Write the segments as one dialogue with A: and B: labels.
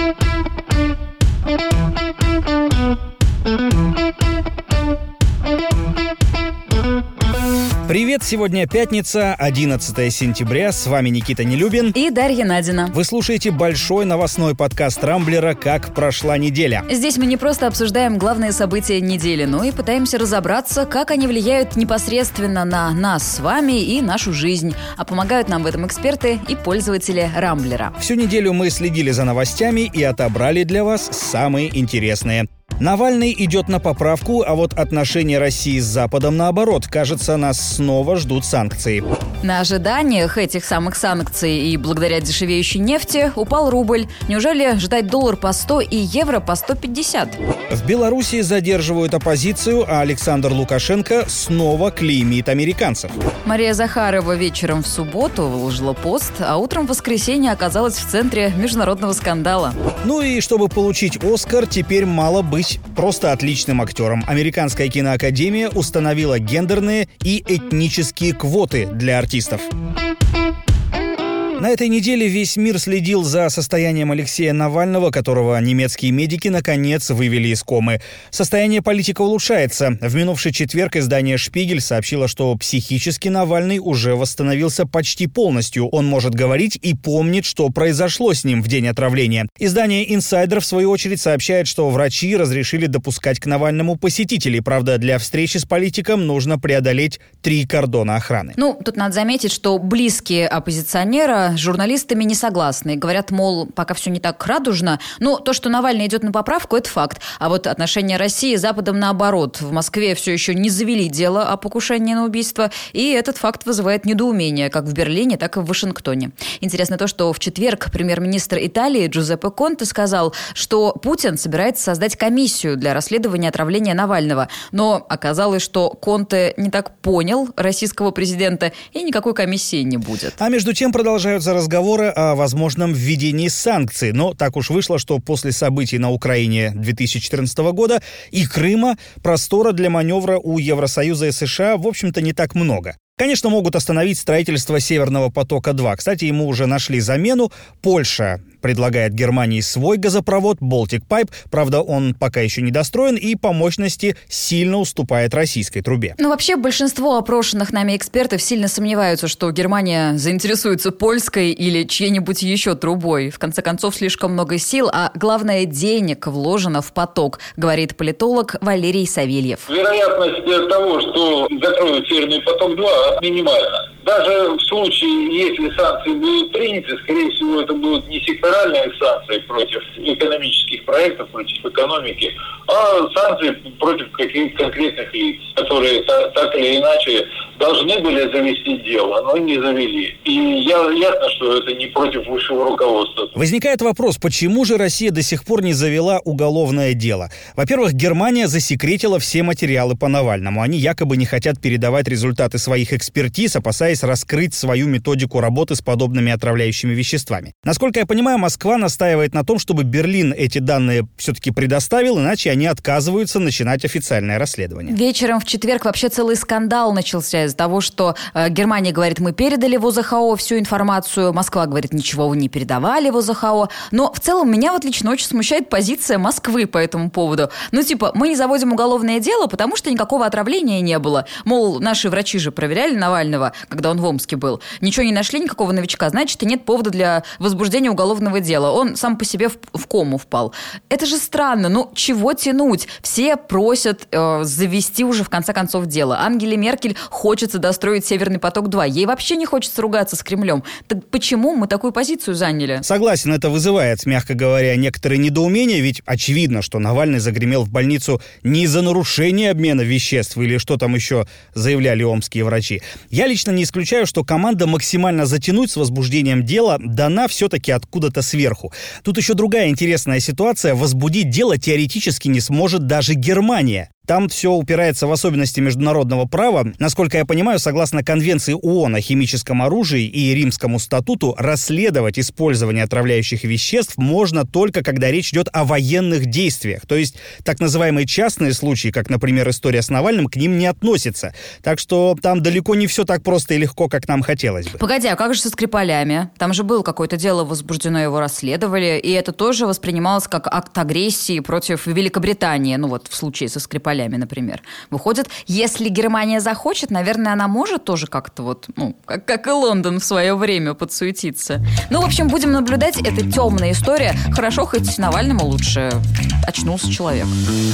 A: Привет, сегодня пятница, 11 сентября, с вами Никита Нелюбин
B: и Дарья Надина.
A: Вы слушаете большой новостной подкаст Рамблера «Как прошла неделя».
B: Здесь мы не просто обсуждаем главные события недели, но и пытаемся разобраться, как они влияют непосредственно на нас с вами и нашу жизнь. А помогают нам в этом эксперты и пользователи Рамблера.
A: Всю неделю мы следили за новостями и отобрали для вас самые интересные. Навальный идет на поправку, а вот отношения России с Западом наоборот. Кажется, нас снова ждут санкции.
B: На ожиданиях этих самых санкций и благодаря дешевеющей нефти упал рубль. Неужели ждать доллар по 100 и евро по 150?
A: В Беларуси задерживают оппозицию, а Александр Лукашенко снова клеймит американцев.
B: Мария Захарова вечером в субботу выложила пост, а утром в воскресенье оказалась в центре международного скандала.
A: Ну и чтобы получить «Оскар», теперь мало быть просто отличным актером. Американская киноакадемия установила гендерные и этнические квоты для артистов. На этой неделе весь мир следил за состоянием Алексея Навального, которого немецкие медики наконец вывели из комы. Состояние политика улучшается. В минувший четверг издание «Шпигель» сообщило, что психически Навальный уже восстановился почти полностью. Он может говорить и помнит, что произошло с ним в день отравления. Издание «Инсайдер» в свою очередь сообщает, что врачи разрешили допускать к Навальному посетителей. Правда, для встречи с политиком нужно преодолеть 3 кордона охраны.
B: Тут надо заметить, что близкие оппозиционера с журналистами не согласны. Говорят, мол, пока все не так радужно. Но то, что Навальный идет на поправку, это факт. А вот отношения России с Западом наоборот. В Москве все еще не завели дело о покушении на убийство. И этот факт вызывает недоумение как в Берлине, так и в Вашингтоне. Интересно то, что в четверг премьер-министр Италии Джузеппе Конте сказал, что Путин собирается создать комиссию для расследования отравления Навального. Но оказалось, что Конте не так понял российского президента и никакой комиссии не будет.
A: А между тем продолжаются разговоры о возможном введении санкций. Но так уж вышло, что после событий на Украине 2014 года и Крыма простора для маневра у Евросоюза и США, в общем-то, не так много. Конечно, могут остановить строительство Северного потока-2. Кстати, ему уже нашли замену. Польша предлагает Германии свой газопровод Baltic Pipe. Правда, он пока еще не достроен и по мощности сильно уступает российской трубе.
B: Вообще, большинство опрошенных нами экспертов сильно сомневаются, что Германия заинтересуется польской или чьей-нибудь еще трубой. В конце концов, слишком много сил, а главное, денег вложено в поток, говорит политолог Валерий Савельев.
C: Вероятность того, что закроют Северный поток-2, минимальна. Даже в случае, если санкции будут приняты, скорее всего, это будут не секторальные санкции против экономических проектов, против экономики, а санкции против каких-то конкретных лиц, которые так или иначе должны были завести дело, но не завели. И ясно, что это не против высшего руководства.
A: Возникает вопрос, почему же Россия до сих пор не завела уголовное дело? Во-первых, Германия засекретила все материалы по Навальному. Они якобы не хотят передавать результаты своих экспертиз, опасаясь раскрыть свою методику работы с подобными отравляющими веществами. Насколько я понимаю, Москва настаивает на том, чтобы Берлин эти данные все-таки предоставил, иначе они отказываются начинать официальное расследование.
B: Вечером в четверг вообще целый скандал начался из-за того, что Германия говорит, мы передали в ОЗХО всю информацию, Москва говорит, ничего вы не передавали в ОЗХО. Но в целом меня вот лично очень смущает позиция Москвы по этому поводу. Мы не заводим уголовное дело, потому что никакого отравления не было. Мол, наши врачи же проверяли Навального, когда он в Омске был. Ничего не нашли, никакого новичка, значит, и нет повода для возбуждения уголовного дела. Он сам по себе в кому впал. Это же странно, чего тянуть? Все просят завести уже в конце концов дело. Ангеле Меркель хочется достроить Северный поток-2. Ей вообще не хочется ругаться с Кремлем. Так почему мы такую позицию заняли?
A: Согласен, это вызывает, мягко говоря, некоторые недоумения, ведь очевидно, что Навальный загремел в больницу не из-за нарушения обмена веществ или что там еще заявляли омские врачи. Я лично не исключаю, что команда максимально затянуть с возбуждением дела дана все-таки откуда-то сверху. Тут еще другая интересная ситуация. Возбудить дело теоретически не сможет даже Германия. Там все упирается в особенности международного права. Насколько я понимаю, согласно Конвенции ООН о химическом оружии и Римскому статуту, расследовать использование отравляющих веществ можно только когда речь идет о военных действиях. То есть так называемые частные случаи, как, например, история с Навальным, к ним не относятся. Так что там далеко не все так просто и легко, как нам хотелось бы.
B: Погоди, а как же со Скрипалями? Там же было какое-то дело возбуждено, его расследовали, и это тоже воспринималось как акт агрессии против Великобритании, ну вот в случае со Скрипалями, например. Выходит, если Германия захочет, наверное, она может тоже как-то вот, ну, как и Лондон в свое время подсуетиться. Ну, в общем, будем наблюдать. Это темная история. Хорошо, хоть Навальному лучше очнулся человек.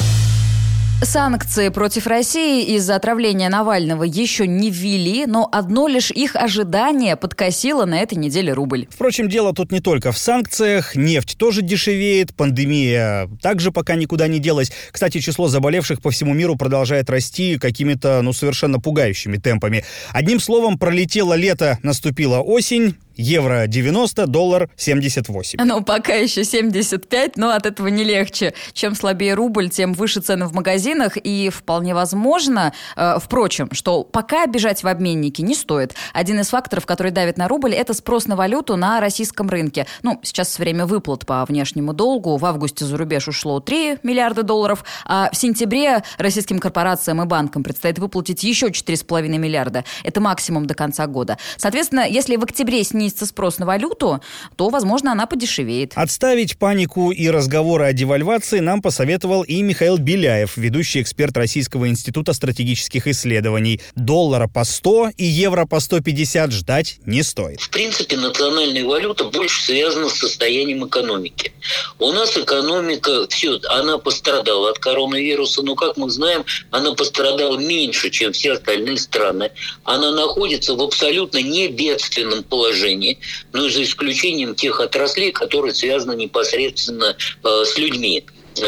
B: Санкции против России из-за отравления Навального еще не ввели, но одно лишь их ожидание подкосило на этой неделе рубль.
A: Впрочем, дело тут не только в санкциях. Нефть тоже дешевеет, пандемия также пока никуда не делась. Кстати, число заболевших по всему миру продолжает расти какими-то, совершенно пугающими темпами. Одним словом, пролетело лето, наступила осень. Евро 90, доллар 78.
B: Ну, пока еще 75, но от этого не легче. Чем слабее рубль, тем выше цены в магазинах. И вполне возможно, впрочем, что пока бежать в обменники не стоит. Один из факторов, который давит на рубль, это спрос на валюту на российском рынке. Сейчас время выплат по внешнему долгу. В августе за рубеж ушло 3 миллиарда долларов, а в сентябре российским корпорациям и банкам предстоит выплатить еще 4,5 миллиарда. Это максимум до конца года. Соответственно, если в октябре снизится спрос на валюту, то, возможно, она подешевеет.
A: Отставить панику и разговоры о девальвации нам посоветовал и Михаил Беляев, ведущий эксперт Российского института стратегических исследований. Доллара по 100 и евро по 150 ждать не стоит.
D: В принципе, национальная валюта больше связана с состоянием экономики. У нас экономика, она пострадала от коронавируса, но, как мы знаем, она пострадала меньше, чем все остальные страны. Она находится в абсолютно небедственном положении, но за исключением тех отраслей, которые связаны непосредственно с людьми.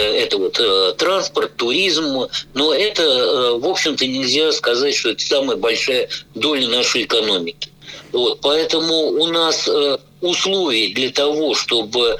D: Это транспорт, туризм, но это, в общем-то, нельзя сказать, что это самая большая доля нашей экономики. Поэтому у нас условий для того, чтобы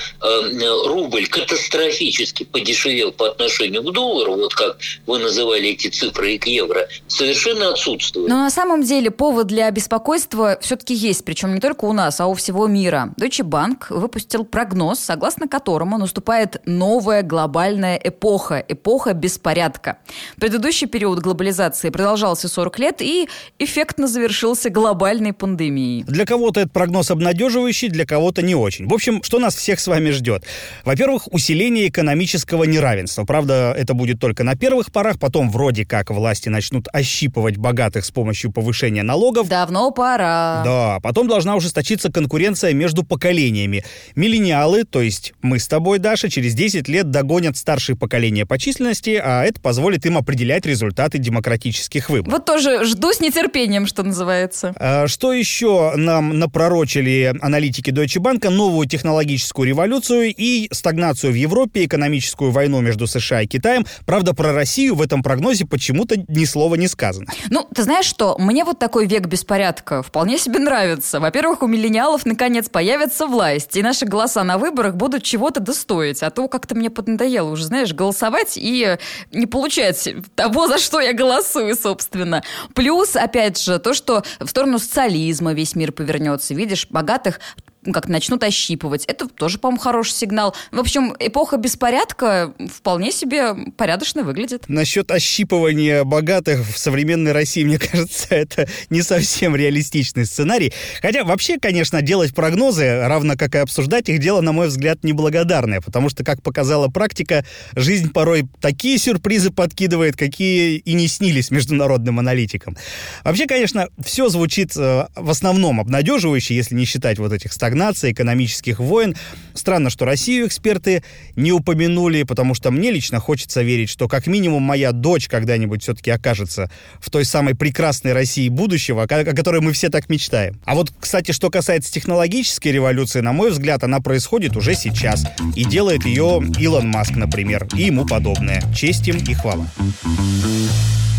D: рубль катастрофически подешевел по отношению к доллару, как вы называли эти цифры, и к евро, совершенно отсутствует.
B: Но на самом деле повод для беспокойства все-таки есть, причем не только у нас, а у всего мира. Deutsche Bank выпустил прогноз, согласно которому наступает новая глобальная эпоха беспорядка. Предыдущий период глобализации продолжался 40 лет и эффектно завершился глобальной пандемией.
A: Для кого-то этот прогноз обнадеживающий, для кого-то не очень. В общем, что нас всех с вами ждет? Во-первых, усиление экономического неравенства. Правда, это будет только на первых порах, потом вроде как власти начнут ощипывать богатых с помощью повышения налогов.
B: Давно пора.
A: Да, потом должна ужесточиться конкуренция между поколениями. Миллениалы, то есть мы с тобой, Даша, через 10 лет догонят старшие поколения по численности, а это позволит им определять результаты демократических выборов.
B: Вот тоже жду с нетерпением, что называется.
A: Что еще нам напророчили аналитики Deutsche Bank? Новую технологическую революцию и стагнацию в Европе, экономическую войну между США и Китаем. Правда, про Россию в этом прогнозе почему-то ни слова не сказано.
B: Ты знаешь что? Мне вот такой век беспорядка вполне себе нравится. Во-первых, у миллениалов наконец появится власть, и наши голоса на выборах будут чего-то достоить. А то как-то мне поднадоело уже, знаешь, голосовать и не получать того, за что я голосую, собственно. Плюс, опять же, то, что в сторону социализма весь мир повернется. Видишь, богатых как начнут ощипывать. Это тоже, по-моему, хороший сигнал. В общем, эпоха беспорядка вполне себе порядочно выглядит.
A: Насчет ощипывания богатых в современной России, мне кажется, это не совсем реалистичный сценарий. Хотя вообще, конечно, делать прогнозы, равно как и обсуждать их, дело, на мой взгляд, неблагодарное. Потому что, как показала практика, жизнь порой такие сюрпризы подкидывает, какие и не снились международным аналитикам. Вообще, конечно, все звучит в основном обнадеживающе, если не считать вот этих стагнаций, экономических войн. Странно, что Россию эксперты не упомянули, потому что мне лично хочется верить, что как минимум моя дочь когда-нибудь все-таки окажется в той самой прекрасной России будущего, о которой мы все так мечтаем. А вот, кстати, что касается технологической революции, на мой взгляд, она происходит уже сейчас. И делает ее Илон Маск, например, и ему подобное. Честь им и хвала.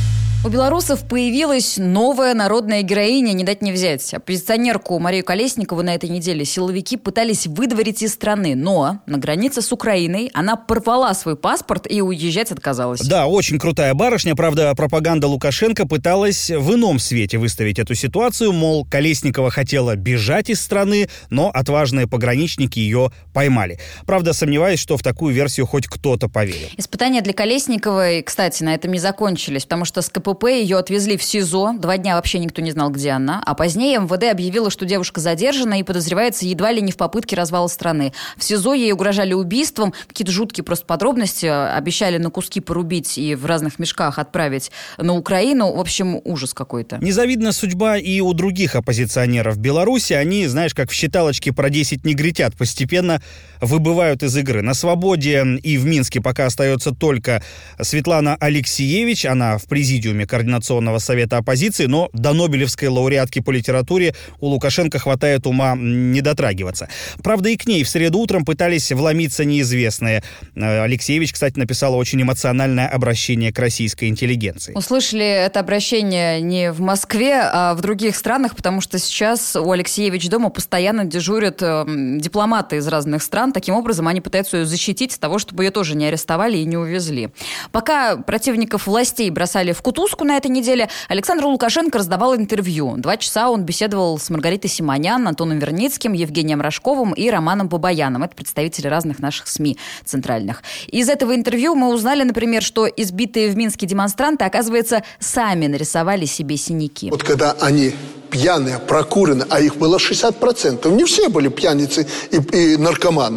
B: У белорусов появилась новая народная героиня, не дать не взять. Оппозиционерку Марию Колесникову на этой неделе силовики пытались выдворить из страны, но на границе с Украиной она порвала свой паспорт и уезжать отказалась.
A: Да, очень крутая барышня. Правда, пропаганда Лукашенко пыталась в ином свете выставить эту ситуацию, мол, Колесникова хотела бежать из страны, но отважные пограничники ее поймали. Правда, сомневаюсь, что в такую версию хоть кто-то поверил.
B: Испытания для Колесниковой, кстати, на этом не закончились, потому что с КПП ее отвезли в СИЗО. 2 дня вообще никто не знал, где она. А позднее МВД объявило, что девушка задержана и подозревается едва ли не в попытке развала страны. В СИЗО ей угрожали убийством. Какие-то жуткие просто подробности. Обещали на куски порубить и в разных мешках отправить на Украину. В общем, ужас какой-то.
A: Незавидна судьба и у других оппозиционеров Беларуси. Они, знаешь, как в считалочке про 10 негритят, постепенно выбывают из игры. На свободе и в Минске пока остается только Светлана Алексиевич. Она в президиуме Координационного совета оппозиции, но до нобелевской лауреатки по литературе у Лукашенко хватает ума не дотрагиваться. Правда, и к ней в среду утром пытались вломиться неизвестные. Алексеевич, кстати, написала очень эмоциональное обращение к российской интеллигенции.
B: Услышали это обращение не в Москве, а в других странах, потому что сейчас у Алексеевич дома постоянно дежурят дипломаты из разных стран. Таким образом, они пытаются ее защитить от того, чтобы ее тоже не арестовали и не увезли. Пока противников властей бросали в кутузку на этой неделе, Александр Лукашенко раздавал интервью. 2 часа он беседовал с Маргаритой Симонян, Антоном Верницким, Евгением Рожковым и Романом Бабаяном. Это представители разных наших СМИ центральных. Из этого интервью мы узнали, например, что избитые в Минске демонстранты, оказывается, сами нарисовали себе синяки.
E: Вот когда они пьяные, прокуренные, а их было 60%, не все были пьяницы и наркоманы,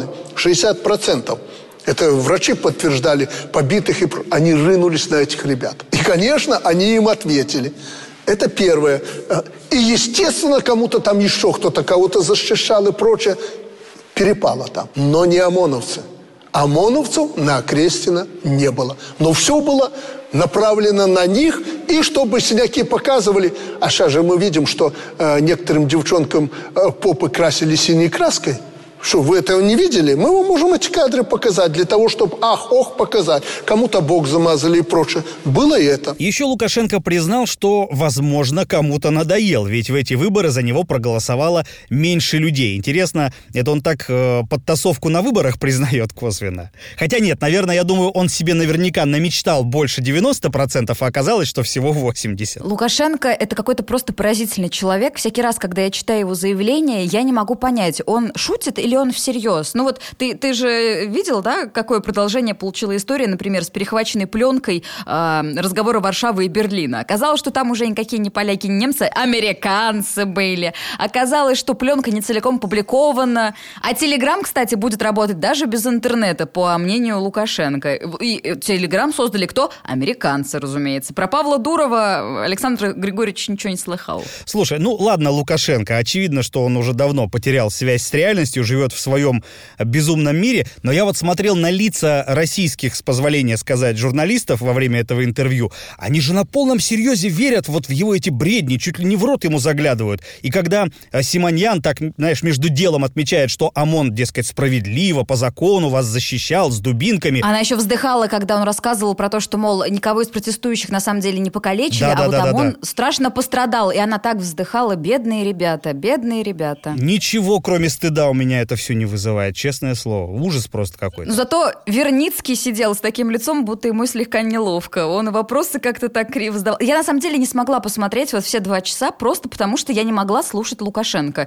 E: 60%. Это врачи подтверждали, побитых, и они рынулись на этих ребят. И, конечно, они им ответили. Это первое. И, естественно, кому-то там еще кто-то кого-то защищал и прочее. Перепало там. Но не ОМОНовцы. ОМОНовцев на Окрестино не было. Но все было направлено на них, и чтобы синяки показывали. А сейчас же мы видим, что некоторым девчонкам попы красили синей краской. Что, вы этого не видели? Мы вам можем эти кадры показать для того, чтобы ах-ох показать. Кому-то бок замазали и прочее. Было и это.
A: Еще Лукашенко признал, что, возможно, кому-то надоел, ведь в эти выборы за него проголосовало меньше людей. Интересно, это он так подтасовку на выборах признает косвенно? Хотя нет, наверное, я думаю, он себе наверняка намечтал больше 90%, а оказалось, что всего 80%.
B: Лукашенко – это какой-то просто поразительный человек. Всякий раз, когда я читаю его заявление, я не могу понять, он шутит или он всерьез? Ну вот ты же видел, да, какое продолжение получила история, например, с перехваченной пленкой разговора Варшавы и Берлина. Оказалось, что там уже никакие не поляки, не немцы, американцы были. Оказалось, что пленка не целиком опубликована. А Телеграм, кстати, будет работать даже без интернета, по мнению Лукашенко. И Телеграм создали кто? Американцы, разумеется. Про Павла Дурова Александр Григорьевич ничего не слыхал.
A: Слушай, ну ладно, Лукашенко, очевидно, что он уже давно потерял связь с реальностью, живет в своем безумном мире, но я вот смотрел на лица российских, с позволения сказать, журналистов во время этого интервью. Они же на полном серьезе верят вот в его эти бредни, чуть ли не в рот ему заглядывают. И когда Симоньян так, знаешь, между делом отмечает, что ОМОН, дескать, справедливо, по закону вас защищал с дубинками.
B: Она еще вздыхала, когда он рассказывал про то, что, мол, никого из протестующих на самом деле не покалечили, ОМОН страшно пострадал. И она так вздыхала: бедные ребята, бедные ребята.
A: Ничего, кроме стыда, у меня это все не вызывает, честное слово. Ужас просто какой-то.
B: Но зато Верницкий сидел с таким лицом, будто ему слегка неловко. Он вопросы как-то так криво задавал. Я на самом деле не смогла посмотреть вот все 2 часа, просто потому что я не могла слушать Лукашенко.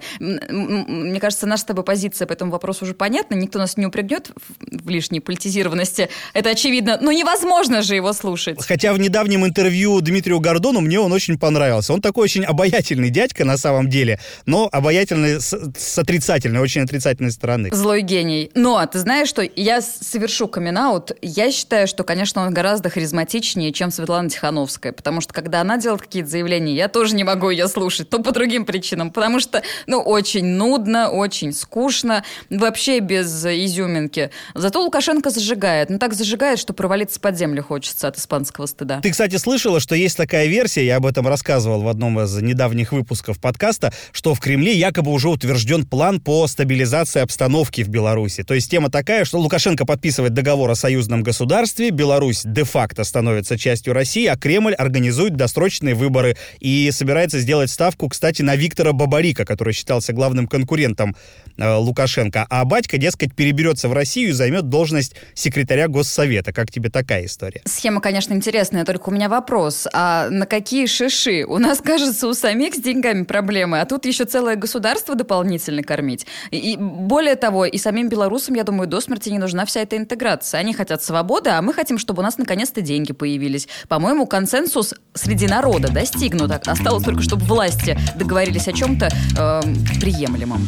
B: Мне кажется, наша с тобой позиция по этому вопросу уже понятна. Никто нас не упрекнет в лишней политизированности. Это очевидно. Но невозможно же его слушать.
A: Хотя в недавнем интервью Дмитрию Гордону мне он очень понравился. Он такой очень обаятельный дядька на самом деле, но обаятельный с отрицательной, очень отрицательной стороны.
B: Злой гений. Но ты знаешь, что я совершу камин-аут. Я считаю, что, конечно, он гораздо харизматичнее, чем Светлана Тихановская. Потому что, когда она делает какие-то заявления, я тоже не могу ее слушать. То по другим причинам. Потому что, очень нудно, очень скучно. Вообще без изюминки. Зато Лукашенко зажигает. Так зажигает, что провалиться под землю хочется от испанского стыда.
A: Ты, кстати, слышала, что есть такая версия, я об этом рассказывал в одном из недавних выпусков подкаста, что в Кремле якобы уже утвержден план по стабилизации нормализации обстановки в Беларуси. То есть тема такая, что Лукашенко подписывает договор о союзном государстве, Беларусь де-факто становится частью России, а Кремль организует досрочные выборы и собирается сделать ставку, кстати, на Виктора Бабарика, который считался главным конкурентом Лукашенко. А батька, дескать, переберется в Россию и займет должность секретаря Госсовета. Как тебе такая история?
B: Схема, конечно, интересная, только у меня вопрос. А на какие шиши? У нас, кажется, у самих с деньгами проблемы, а тут еще целое государство дополнительно кормить. И более того, и самим белорусам, я думаю, до смерти не нужна вся эта интеграция. Они хотят свободы, а мы хотим, чтобы у нас наконец-то деньги появились. По-моему, консенсус среди народа достигнут. Осталось только, чтобы власти договорились о чем-то приемлемом.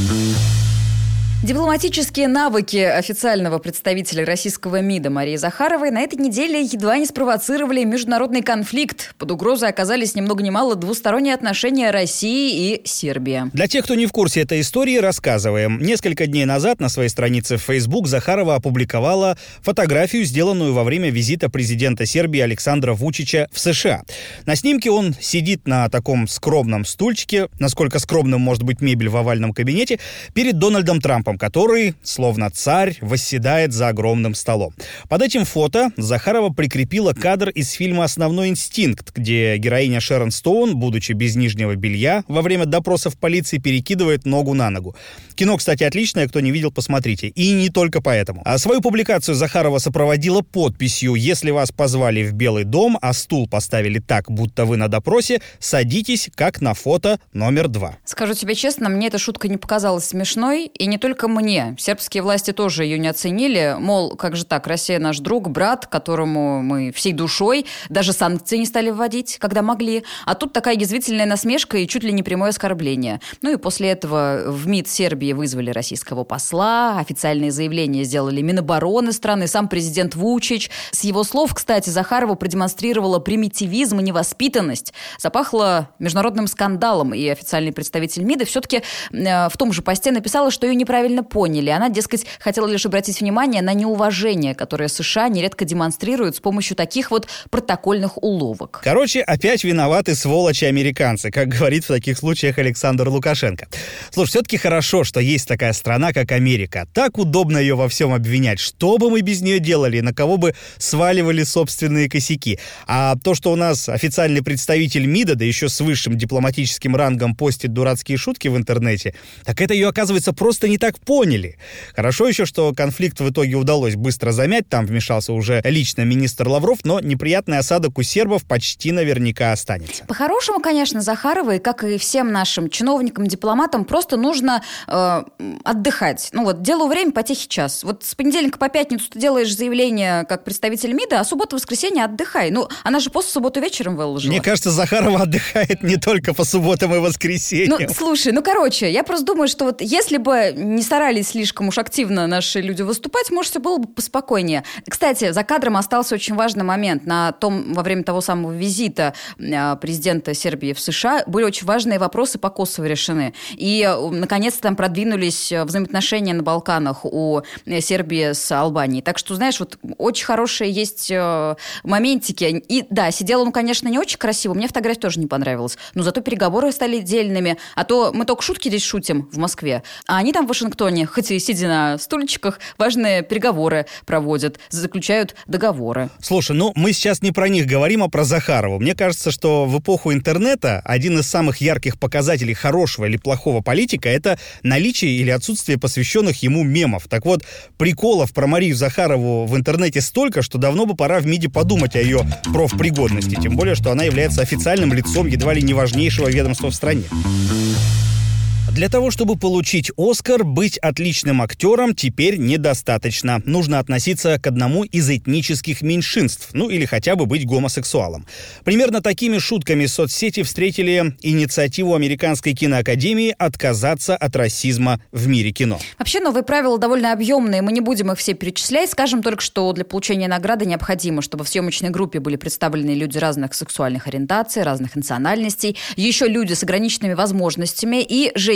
B: Дипломатические навыки официального представителя российского МИДа Марии Захаровой на этой неделе едва не спровоцировали международный конфликт. Под угрозой оказались ни много ни мало двусторонние отношения России и Сербии.
A: Для тех, кто не в курсе этой истории, рассказываем. Несколько дней назад на своей странице в Facebook Захарова опубликовала фотографию, сделанную во время визита президента Сербии Александра Вучича в США. На снимке он сидит на таком скромном стульчике, насколько скромным может быть мебель в овальном кабинете, перед Дональдом Трампом, который, словно царь, восседает за огромным столом. Под этим фото Захарова прикрепила кадр из фильма «Основной инстинкт», где героиня Шерон Стоун, будучи без нижнего белья, во время допроса в полиции перекидывает ногу на ногу. Кино, кстати, отличное, кто не видел, посмотрите. И не только поэтому. А свою публикацию Захарова сопроводила подписью: «Если вас позвали в Белый дом, а стул поставили так, будто вы на допросе, садитесь, как на фото номер 2».
B: Скажу тебе честно, мне эта шутка не показалась смешной, и не только мне. Сербские власти тоже ее не оценили. Мол, как же так, Россия наш друг, брат, которому мы всей душой, даже санкции не стали вводить, когда могли. А тут такая язвительная насмешка и чуть ли не прямое оскорбление. Ну и после этого в МИД Сербии вызвали российского посла, официальные заявления сделали Минобороны страны, сам президент Вучич. С его слов, кстати, Захарова продемонстрировала примитивизм и невоспитанность. Запахло международным скандалом, и официальный представитель МИДа все-таки в том же посте написала, что ее неправильно поняли. Она, дескать, хотела лишь обратить внимание на неуважение, которое США нередко демонстрируют с помощью таких вот протокольных уловок.
A: Короче, опять виноваты сволочи американцы, как говорит в таких случаях Александр Лукашенко. Слушай, все-таки хорошо, что есть такая страна, как Америка. Так удобно ее во всем обвинять. Что бы мы без нее делали, на кого бы сваливали собственные косяки. А то, что у нас официальный представитель МИДа, да еще с высшим дипломатическим рангом, постит дурацкие шутки в интернете, так это ее, оказывается, просто не так поняли. Хорошо еще, что конфликт в итоге удалось быстро замять, там вмешался уже лично министр Лавров, но неприятный осадок у сербов почти наверняка останется.
B: По-хорошему, конечно, Захаровой, как и всем нашим чиновникам, дипломатам, просто нужно отдыхать. Ну вот, делу время, потехи час. Вот с понедельника по пятницу ты делаешь заявление как представитель МИДа, а субботу-воскресенье отдыхай. Ну, она же пост в субботу вечером выложила.
A: Мне кажется, Захарова отдыхает не только по субботам и воскресеньям.
B: Ну, слушай, короче, я просто думаю, что вот если бы не старались слишком уж активно наши люди выступать, может, все было бы поспокойнее. Кстати, за кадром остался очень важный момент. Во время того самого визита президента Сербии в США были очень важные вопросы по Косово решены. И, наконец-то, там продвинулись взаимоотношения на Балканах у Сербии с Албанией. Так что, знаешь, вот очень хорошие есть моментики. И да, сидел он, конечно, не очень красиво. Мне фотография тоже не понравилась. Но зато переговоры стали дельными. А то мы только шутки здесь шутим в Москве. А они там в Вашингтоне, хоть и сидя на стульчиках, важные переговоры проводят, заключают договоры.
A: Слушай, мы сейчас не про них говорим, а про Захарову. Мне кажется, что в эпоху интернета один из самых ярких показателей хорошего или плохого политика — это наличие или отсутствие посвященных ему мемов. Так вот, приколов про Марию Захарову в интернете столько, что давно бы пора в МИДе подумать о ее профпригодности. Тем более, что она является официальным лицом едва ли не важнейшего ведомства в стране. Для того, чтобы получить «Оскар», быть отличным актером теперь недостаточно. Нужно относиться к одному из этнических меньшинств, или хотя бы быть гомосексуалом. Примерно такими шутками соцсети встретили инициативу Американской киноакадемии отказаться от расизма в мире кино.
B: Вообще новые правила довольно объемные, мы не будем их все перечислять. Скажем только, что для получения награды необходимо, чтобы в съемочной группе были представлены люди разных сексуальных ориентаций, разных национальностей, еще люди с ограниченными возможностями и женщины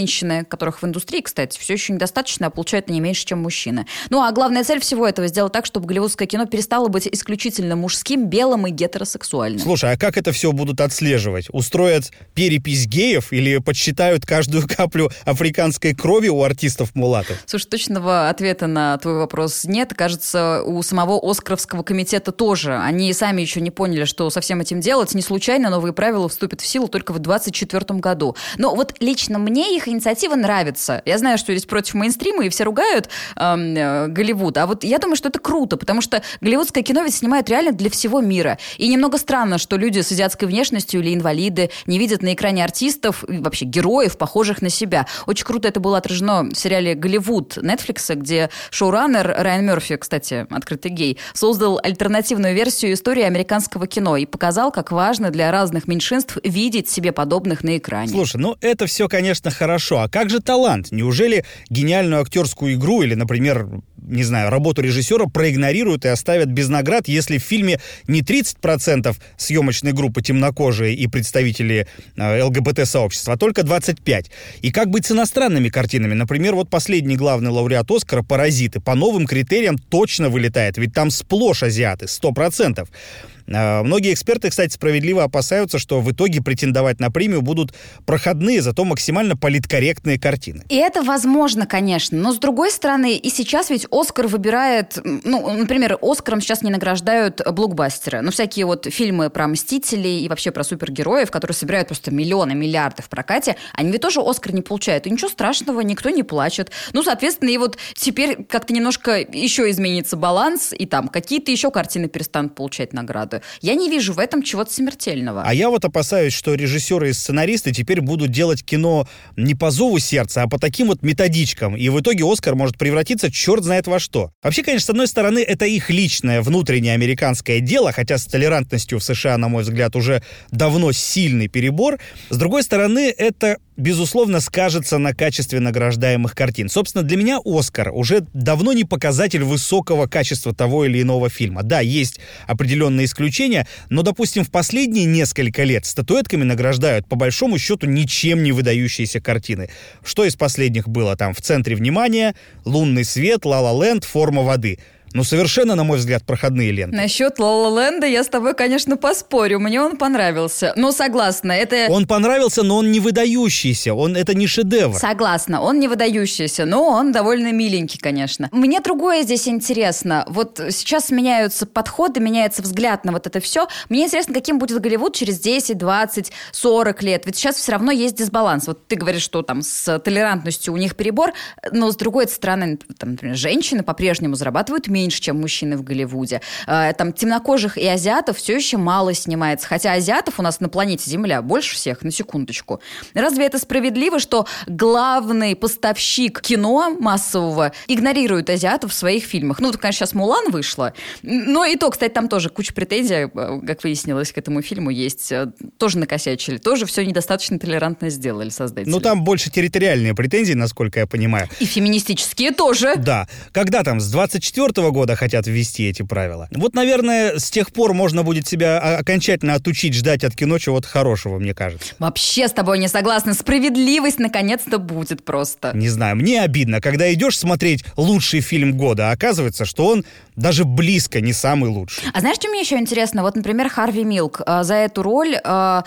B: женщины, которых в индустрии, кстати, все еще недостаточно, а получают не меньше, чем мужчины. Ну, а главная цель всего этого — сделать так, чтобы голливудское кино перестало быть исключительно мужским, белым и гетеросексуальным.
A: Слушай, а как это все будут отслеживать? Устроят перепись геев или подсчитают каждую каплю африканской крови у артистов-мулатов?
B: Слушай, точного ответа на твой вопрос нет. Кажется, у самого Оскаровского комитета тоже. Они сами еще не поняли, что со всем этим делать. Не случайно новые правила вступят в силу только в 2024 году. Но вот лично мне их инициатива нравится. Я знаю, что здесь против мейнстрима, и все ругают Голливуд. А вот я думаю, что это круто, потому что голливудское кино ведь снимают реально для всего мира. И немного странно, что люди с азиатской внешностью или инвалиды не видят на экране артистов и вообще героев, похожих на себя. Очень круто это было отражено в сериале «Голливуд» Netflix, где шоураннер Райан Мерфи, кстати, открытый гей, создал альтернативную версию истории американского кино и показал, как важно для разных меньшинств видеть себе подобных на экране.
A: Слушай, ну это все, конечно, хорошо. А как же талант? Неужели гениальную актерскую игру или, например, не знаю, работу режиссера проигнорируют и оставят без наград, если в фильме не 30% съемочной группы темнокожие и представители ЛГБТ-сообщества, а только 25%? И как быть с иностранными картинами? Например, вот последний главный лауреат Оскара «Паразиты» по новым критериям точно вылетает, ведь там сплошь азиаты, 100%. Многие эксперты, кстати, справедливо опасаются, что в итоге претендовать на премию будут проходные, зато максимально политкорректные картины.
B: И это возможно, конечно, но с другой стороны, и сейчас ведь Оскар выбирает, ну, например, Оскаром сейчас не награждают блокбастеры, ну, всякие вот фильмы про Мстителей и вообще про супергероев, которые собирают просто миллионы, миллиарды в прокате, они ведь тоже Оскар не получают, и ничего страшного, никто не плачет. Ну, соответственно, и вот теперь как-то немножко еще изменится баланс, и там какие-то еще картины перестанут получать награды. Я не вижу в этом чего-то смертельного.
A: А я вот опасаюсь, что режиссеры и сценаристы теперь будут делать кино не по зову сердца, а по таким вот методичкам. И в итоге Оскар может превратиться черт знает во что. Вообще, конечно, с одной стороны, это их личное внутреннее американское дело, хотя с толерантностью в США, на мой взгляд, уже давно сильный перебор. С другой стороны, это, безусловно, скажется на качестве награждаемых картин. Собственно, для меня «Оскар» уже давно не показатель высокого качества того или иного фильма. Да, есть определенные исключения, но, допустим, в последние несколько лет статуэтками награждают, по большому счету, ничем не выдающиеся картины. Что из последних было там в центре внимания? «Лунный свет», «Ла Ла Ленд», «Форма воды». Ну, совершенно, на мой взгляд, проходные ленты.
B: Насчет «Ла Ла Ленда» я с тобой, конечно, поспорю. Мне он понравился. Ну, согласна, это...
A: Он понравился, но он не выдающийся. Это не шедевр.
B: Согласна, он не выдающийся, но он довольно миленький, конечно. Мне другое здесь интересно. Вот сейчас меняются подходы, меняется взгляд на вот это все. Мне интересно, каким будет Голливуд через 10, 20, 40 лет. Ведь сейчас все равно есть дисбаланс. Вот ты говоришь, что там с толерантностью у них перебор, но с другой стороны, там, например, женщины по-прежнему зарабатывают меньше, чем мужчины в Голливуде. Там темнокожих и азиатов все еще мало снимается. Хотя азиатов у нас на планете Земля больше всех, на секундочку. Разве это справедливо, что главный поставщик кино массового игнорирует азиатов в своих фильмах? Ну, конечно, сейчас «Мулан» вышла. Но и то, кстати, там тоже куча претензий, как выяснилось, к этому фильму есть. Тоже накосячили. Тоже все недостаточно толерантно сделали создатели.
A: Ну, там больше территориальные претензии, насколько я понимаю.
B: И феминистические тоже.
A: Да. Когда там, с 24-го года хотят ввести эти правила? Вот, наверное, с тех пор можно будет себя окончательно отучить ждать от кино чего-то хорошего, мне кажется.
B: Вообще с тобой не согласна. Справедливость наконец-то будет просто.
A: Не знаю, мне обидно, когда идешь смотреть лучший фильм года, а оказывается, что он даже близко не самый лучший.
B: А знаешь, что мне еще интересно? Вот, например, Харви Милк. За эту роль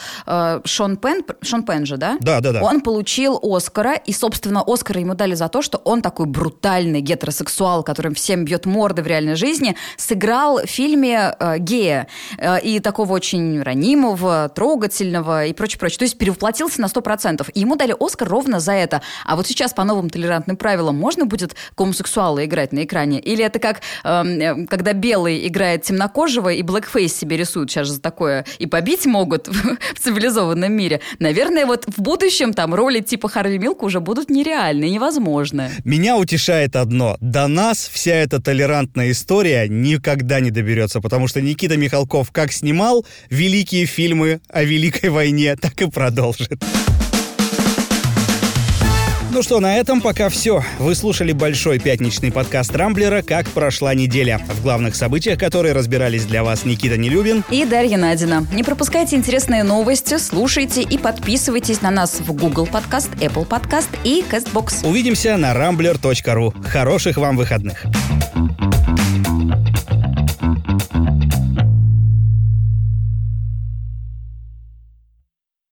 B: Шон Пенн же, да?
A: Да.
B: Он получил Оскара, и, собственно, Оскара ему дали за то, что он такой брутальный гетеросексуал, которым всем бьет морды в реальной жизни, сыграл в фильме гея. И такого очень ранимого, трогательного и прочее. То есть перевоплотился на 100%. И ему дали Оскар ровно за это. А вот сейчас по новым толерантным правилам можно будет гомосексуала играть на экране? Или это как, когда белый играет темнокожего и блэкфейс себе рисуют сейчас же за такое и побить могут в цивилизованном мире? Наверное, вот в будущем там роли типа Харви Милка уже будут нереальны, невозможны.
A: Меня утешает одно. До нас вся эта толерантная история никогда не доберется, потому что Никита Михалков как снимал великие фильмы о Великой войне, так и продолжит. Ну что, на этом пока все. Вы слушали большой пятничный подкаст «Рамблера» «Как прошла неделя», в главных событиях которой разбирались для вас Никита Нелюбин
B: и Дарья Надина. Не пропускайте интересные новости, слушайте и подписывайтесь на нас в Google Podcast, Apple Podcast и CastBox.
A: Увидимся на rambler.ru. Хороших вам выходных.